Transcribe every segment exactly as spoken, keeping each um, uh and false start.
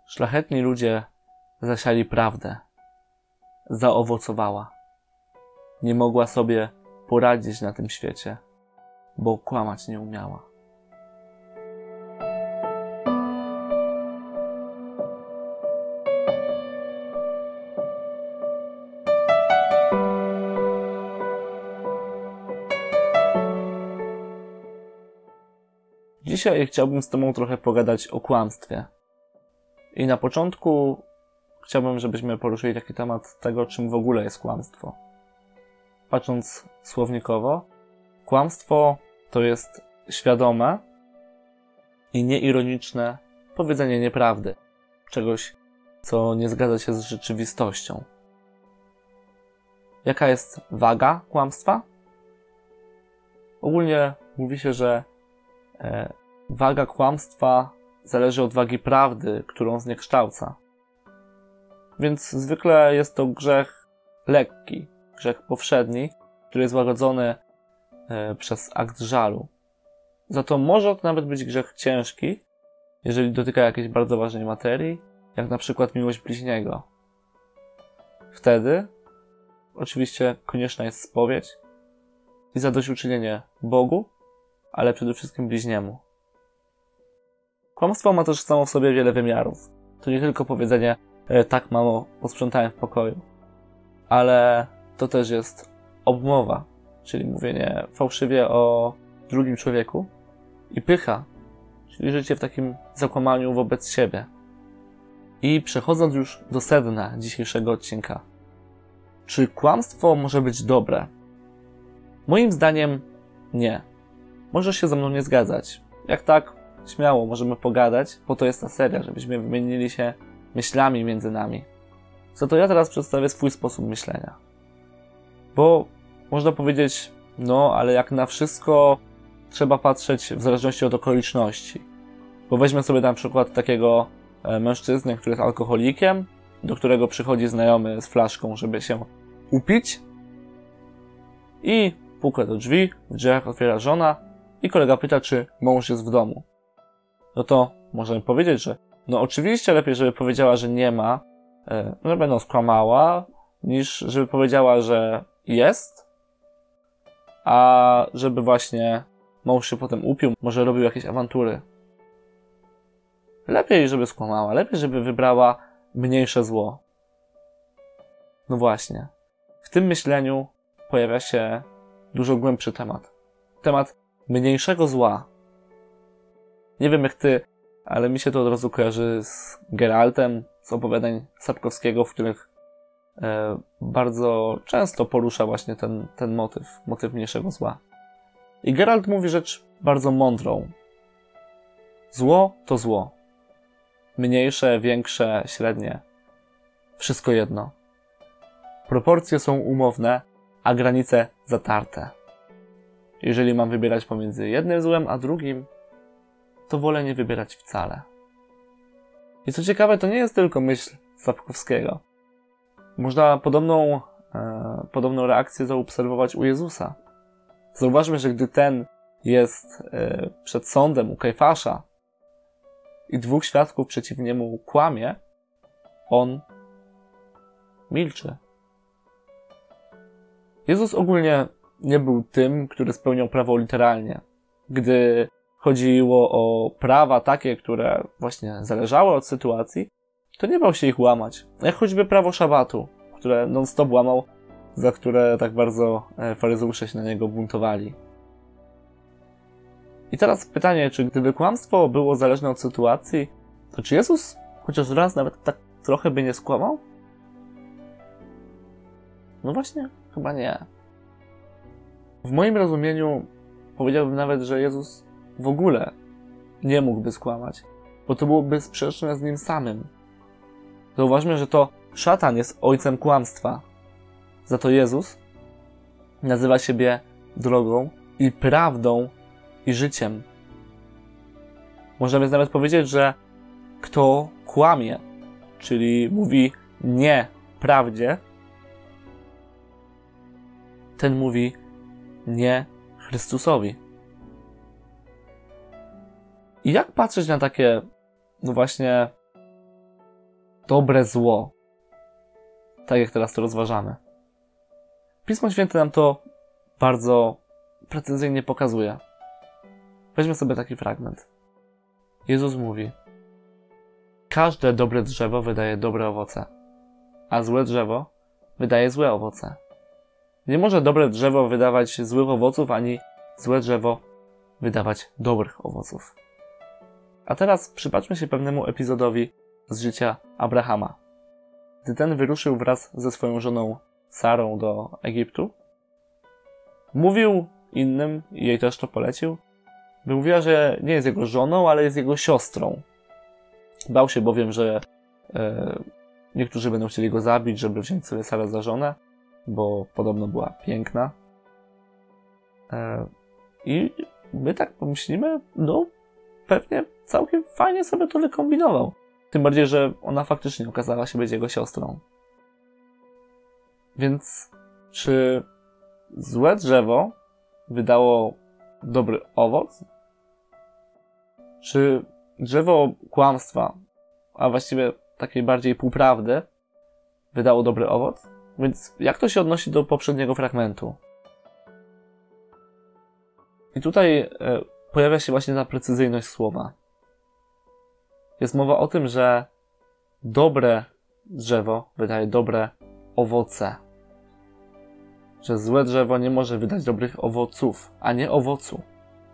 szlachetni ludzie zasiali prawdę. Zaowocowała. Nie mogła sobie poradzić na tym świecie, bo kłamać nie umiała. Dzisiaj chciałbym z Tobą trochę pogadać o kłamstwie. I na początku chciałbym, żebyśmy poruszyli taki temat tego, czym w ogóle jest kłamstwo. Patrząc słownikowo, kłamstwo to jest świadome i nieironiczne powiedzenie nieprawdy. Czegoś, co nie zgadza się z rzeczywistością. Jaka jest waga kłamstwa? Ogólnie mówi się, że e, waga kłamstwa zależy od wagi prawdy, którą zniekształca. Więc zwykle jest to grzech lekki, grzech powszedni, który jest łagodzony e, przez akt żalu. Za to może to nawet być grzech ciężki, jeżeli dotyka jakiejś bardzo ważnej materii, jak na przykład miłość bliźniego. Wtedy oczywiście konieczna jest spowiedź i zadośćuczynienie Bogu, ale przede wszystkim bliźniemu. Kłamstwo ma też samo w sobie wiele wymiarów. To nie tylko powiedzenie e, tak mamo, posprzątałem w pokoju, ale to też jest obmowa, czyli mówienie fałszywie o drugim człowieku i pycha, czyli życie w takim zakłamaniu wobec siebie. I przechodząc już do sedna dzisiejszego odcinka. Czy kłamstwo może być dobre? Moim zdaniem nie. Możesz się ze mną nie zgadzać. Jak tak, śmiało, możemy pogadać, po to jest ta seria, żebyśmy wymienili się myślami między nami. Za to ja teraz przedstawię swój sposób myślenia. Bo można powiedzieć, no ale jak na wszystko trzeba patrzeć w zależności od okoliczności. Bo weźmy sobie na przykład takiego mężczyznę, który jest alkoholikiem, do którego przychodzi znajomy z flaszką, żeby się upić i puka do drzwi, w drzwiach otwiera żona i kolega pyta, czy mąż jest w domu. No to możemy powiedzieć, że no oczywiście lepiej, żeby powiedziała, że nie ma, żeby będą skłamała, niż żeby powiedziała, że jest, a żeby właśnie mąż się potem upił, może robił jakieś awantury. Lepiej, żeby skłamała, lepiej, żeby wybrała mniejsze zło. No właśnie, w tym myśleniu pojawia się dużo głębszy temat. Temat mniejszego zła. Nie wiem jak ty, ale mi się to od razu kojarzy z Geraltem, z opowiadań Sapkowskiego, w których e, bardzo często porusza właśnie ten, ten motyw, motyw mniejszego zła. I Geralt mówi rzecz bardzo mądrą. Zło to zło. Mniejsze, większe, średnie. Wszystko jedno. Proporcje są umowne, a granice zatarte. Jeżeli mam wybierać pomiędzy jednym złem a drugim, to wolę nie wybierać wcale. I co ciekawe, to nie jest tylko myśl Sapkowskiego. Można podobną, e, podobną reakcję zaobserwować u Jezusa. Zauważmy, że gdy ten jest e, przed sądem u Kajfasza i dwóch świadków przeciw niemu kłamie, on milczy. Jezus ogólnie nie był tym, który spełniał prawo literalnie. Gdy chodziło o prawa takie, które właśnie zależały od sytuacji, to nie bał się ich łamać. Jak choćby prawo szabatu, które non-stop łamał, za które tak bardzo faryzeusze się na niego buntowali. I teraz pytanie, czy gdyby kłamstwo było zależne od sytuacji, to czy Jezus chociaż raz nawet tak trochę by nie skłamał? No właśnie, chyba nie. W moim rozumieniu powiedziałbym nawet, że Jezus w ogóle nie mógłby skłamać, bo to byłoby sprzeczne z nim samym. Zauważmy, że to szatan jest ojcem kłamstwa. Za to Jezus nazywa siebie drogą i prawdą i życiem. Można więc nawet powiedzieć, że kto kłamie, czyli mówi nie prawdzie, ten mówi nie Chrystusowi. I jak patrzeć na takie, no właśnie, dobre zło. Tak jak teraz to rozważamy. Pismo Święte nam to bardzo precyzyjnie pokazuje. Weźmy sobie taki fragment. Jezus mówi: każde dobre drzewo wydaje dobre owoce, a złe drzewo wydaje złe owoce. Nie może dobre drzewo wydawać złych owoców, ani złe drzewo wydawać dobrych owoców. A teraz przypatrzmy się pewnemu epizodowi z życia Abrahama. Gdy ten wyruszył wraz ze swoją żoną Sarą do Egiptu, mówił innym, i jej też to polecił, by mówiła, że nie jest jego żoną, ale jest jego siostrą. Bał się bowiem, że e, niektórzy będą chcieli go zabić, żeby wziąć sobie Sarę za żonę, bo podobno była piękna. E, I my tak pomyślimy, no pewnie całkiem fajnie sobie to wykombinował. Tym bardziej, że ona faktycznie okazała się być jego siostrą. Więc czy złe drzewo wydało dobry owoc? Czy drzewo kłamstwa, a właściwie takiej bardziej półprawdy, wydało dobry owoc? Więc jak to się odnosi do poprzedniego fragmentu? I tutaj e, pojawia się właśnie ta precyzyjność słowa. Jest mowa o tym, że dobre drzewo wydaje dobre owoce. Że złe drzewo nie może wydać dobrych owoców, a nie owocu.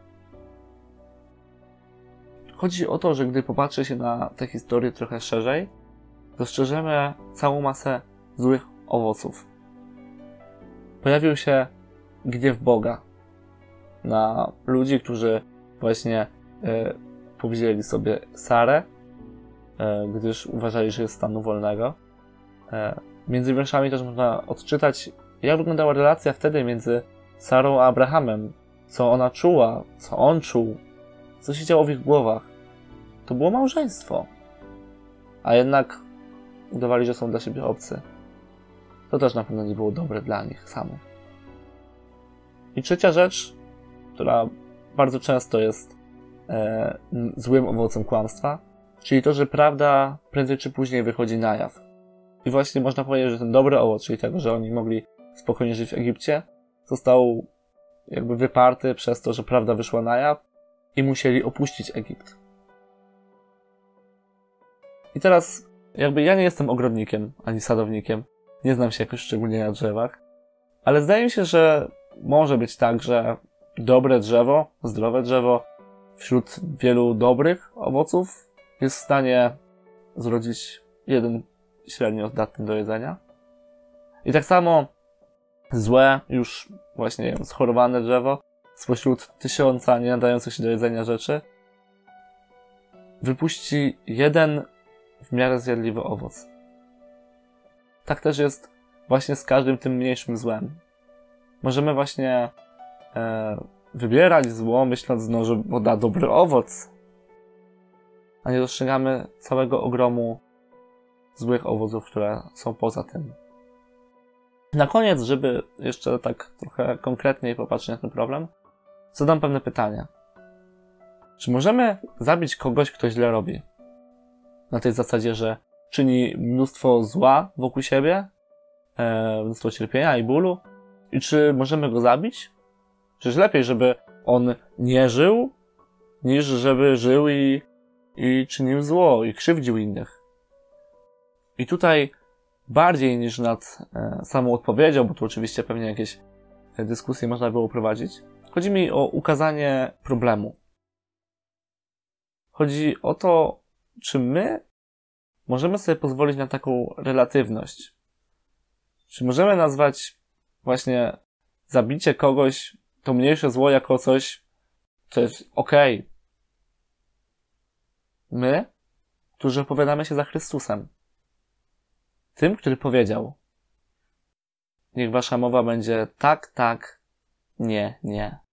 Chodzi o to, że gdy popatrzy się na tę historię trochę szerzej, dostrzeżemy całą masę złych owoców. Pojawił się gniew Boga na ludzi, którzy właśnie e, powzięli sobie Sarę, e, gdyż uważali, że jest stanu wolnego. E, między wierszami też można odczytać, jak wyglądała relacja wtedy między Sarą a Abrahamem. Co ona czuła, co on czuł, co się działo w ich głowach. To było małżeństwo. A jednak udawali, że są dla siebie obcy. To też na pewno nie było dobre dla nich samych. I trzecia rzecz, która bardzo często jest e, złym owocem kłamstwa, czyli to, że prawda prędzej czy później wychodzi na jaw. I właśnie można powiedzieć, że ten dobry owoc, czyli tego, że oni mogli spokojnie żyć w Egipcie, został jakby wyparty przez to, że prawda wyszła na jaw i musieli opuścić Egipt. I teraz jakby ja nie jestem ogrodnikiem ani sadownikiem, nie znam się jakoś szczególnie na drzewach, ale zdaje mi się, że może być tak, że dobre drzewo, zdrowe drzewo wśród wielu dobrych owoców jest w stanie zrodzić jeden średnio zdatny do jedzenia. I tak samo złe, już właśnie schorowane drzewo spośród tysiąca nie nadających się do jedzenia rzeczy wypuści jeden w miarę zjadliwy owoc. Tak też jest właśnie z każdym tym mniejszym złem. Możemy właśnie e, wybierać zło, myśląc, no, że da dobry owoc, a nie dostrzegamy całego ogromu złych owoców, które są poza tym. Na koniec, żeby jeszcze tak trochę konkretniej popatrzeć na ten problem, zadam pewne pytanie. Czy możemy zabić kogoś, kto źle robi? Na tej zasadzie, że czyni mnóstwo zła wokół siebie, e, mnóstwo cierpienia i bólu. I czy możemy go zabić? Czyż lepiej, żeby on nie żył, niż żeby żył i, i czynił zło, i krzywdził innych? I tutaj bardziej niż nad e, samą odpowiedzią, bo tu oczywiście pewnie jakieś dyskusje można było prowadzić, chodzi mi o ukazanie problemu. Chodzi o to, czy my możemy sobie pozwolić na taką relatywność. Czy możemy nazwać właśnie zabicie kogoś, to mniejsze zło, jako coś, co jest okej. Okay. My, którzy opowiadamy się za Chrystusem. Tym, który powiedział: niech wasza mowa będzie tak, tak, nie, nie.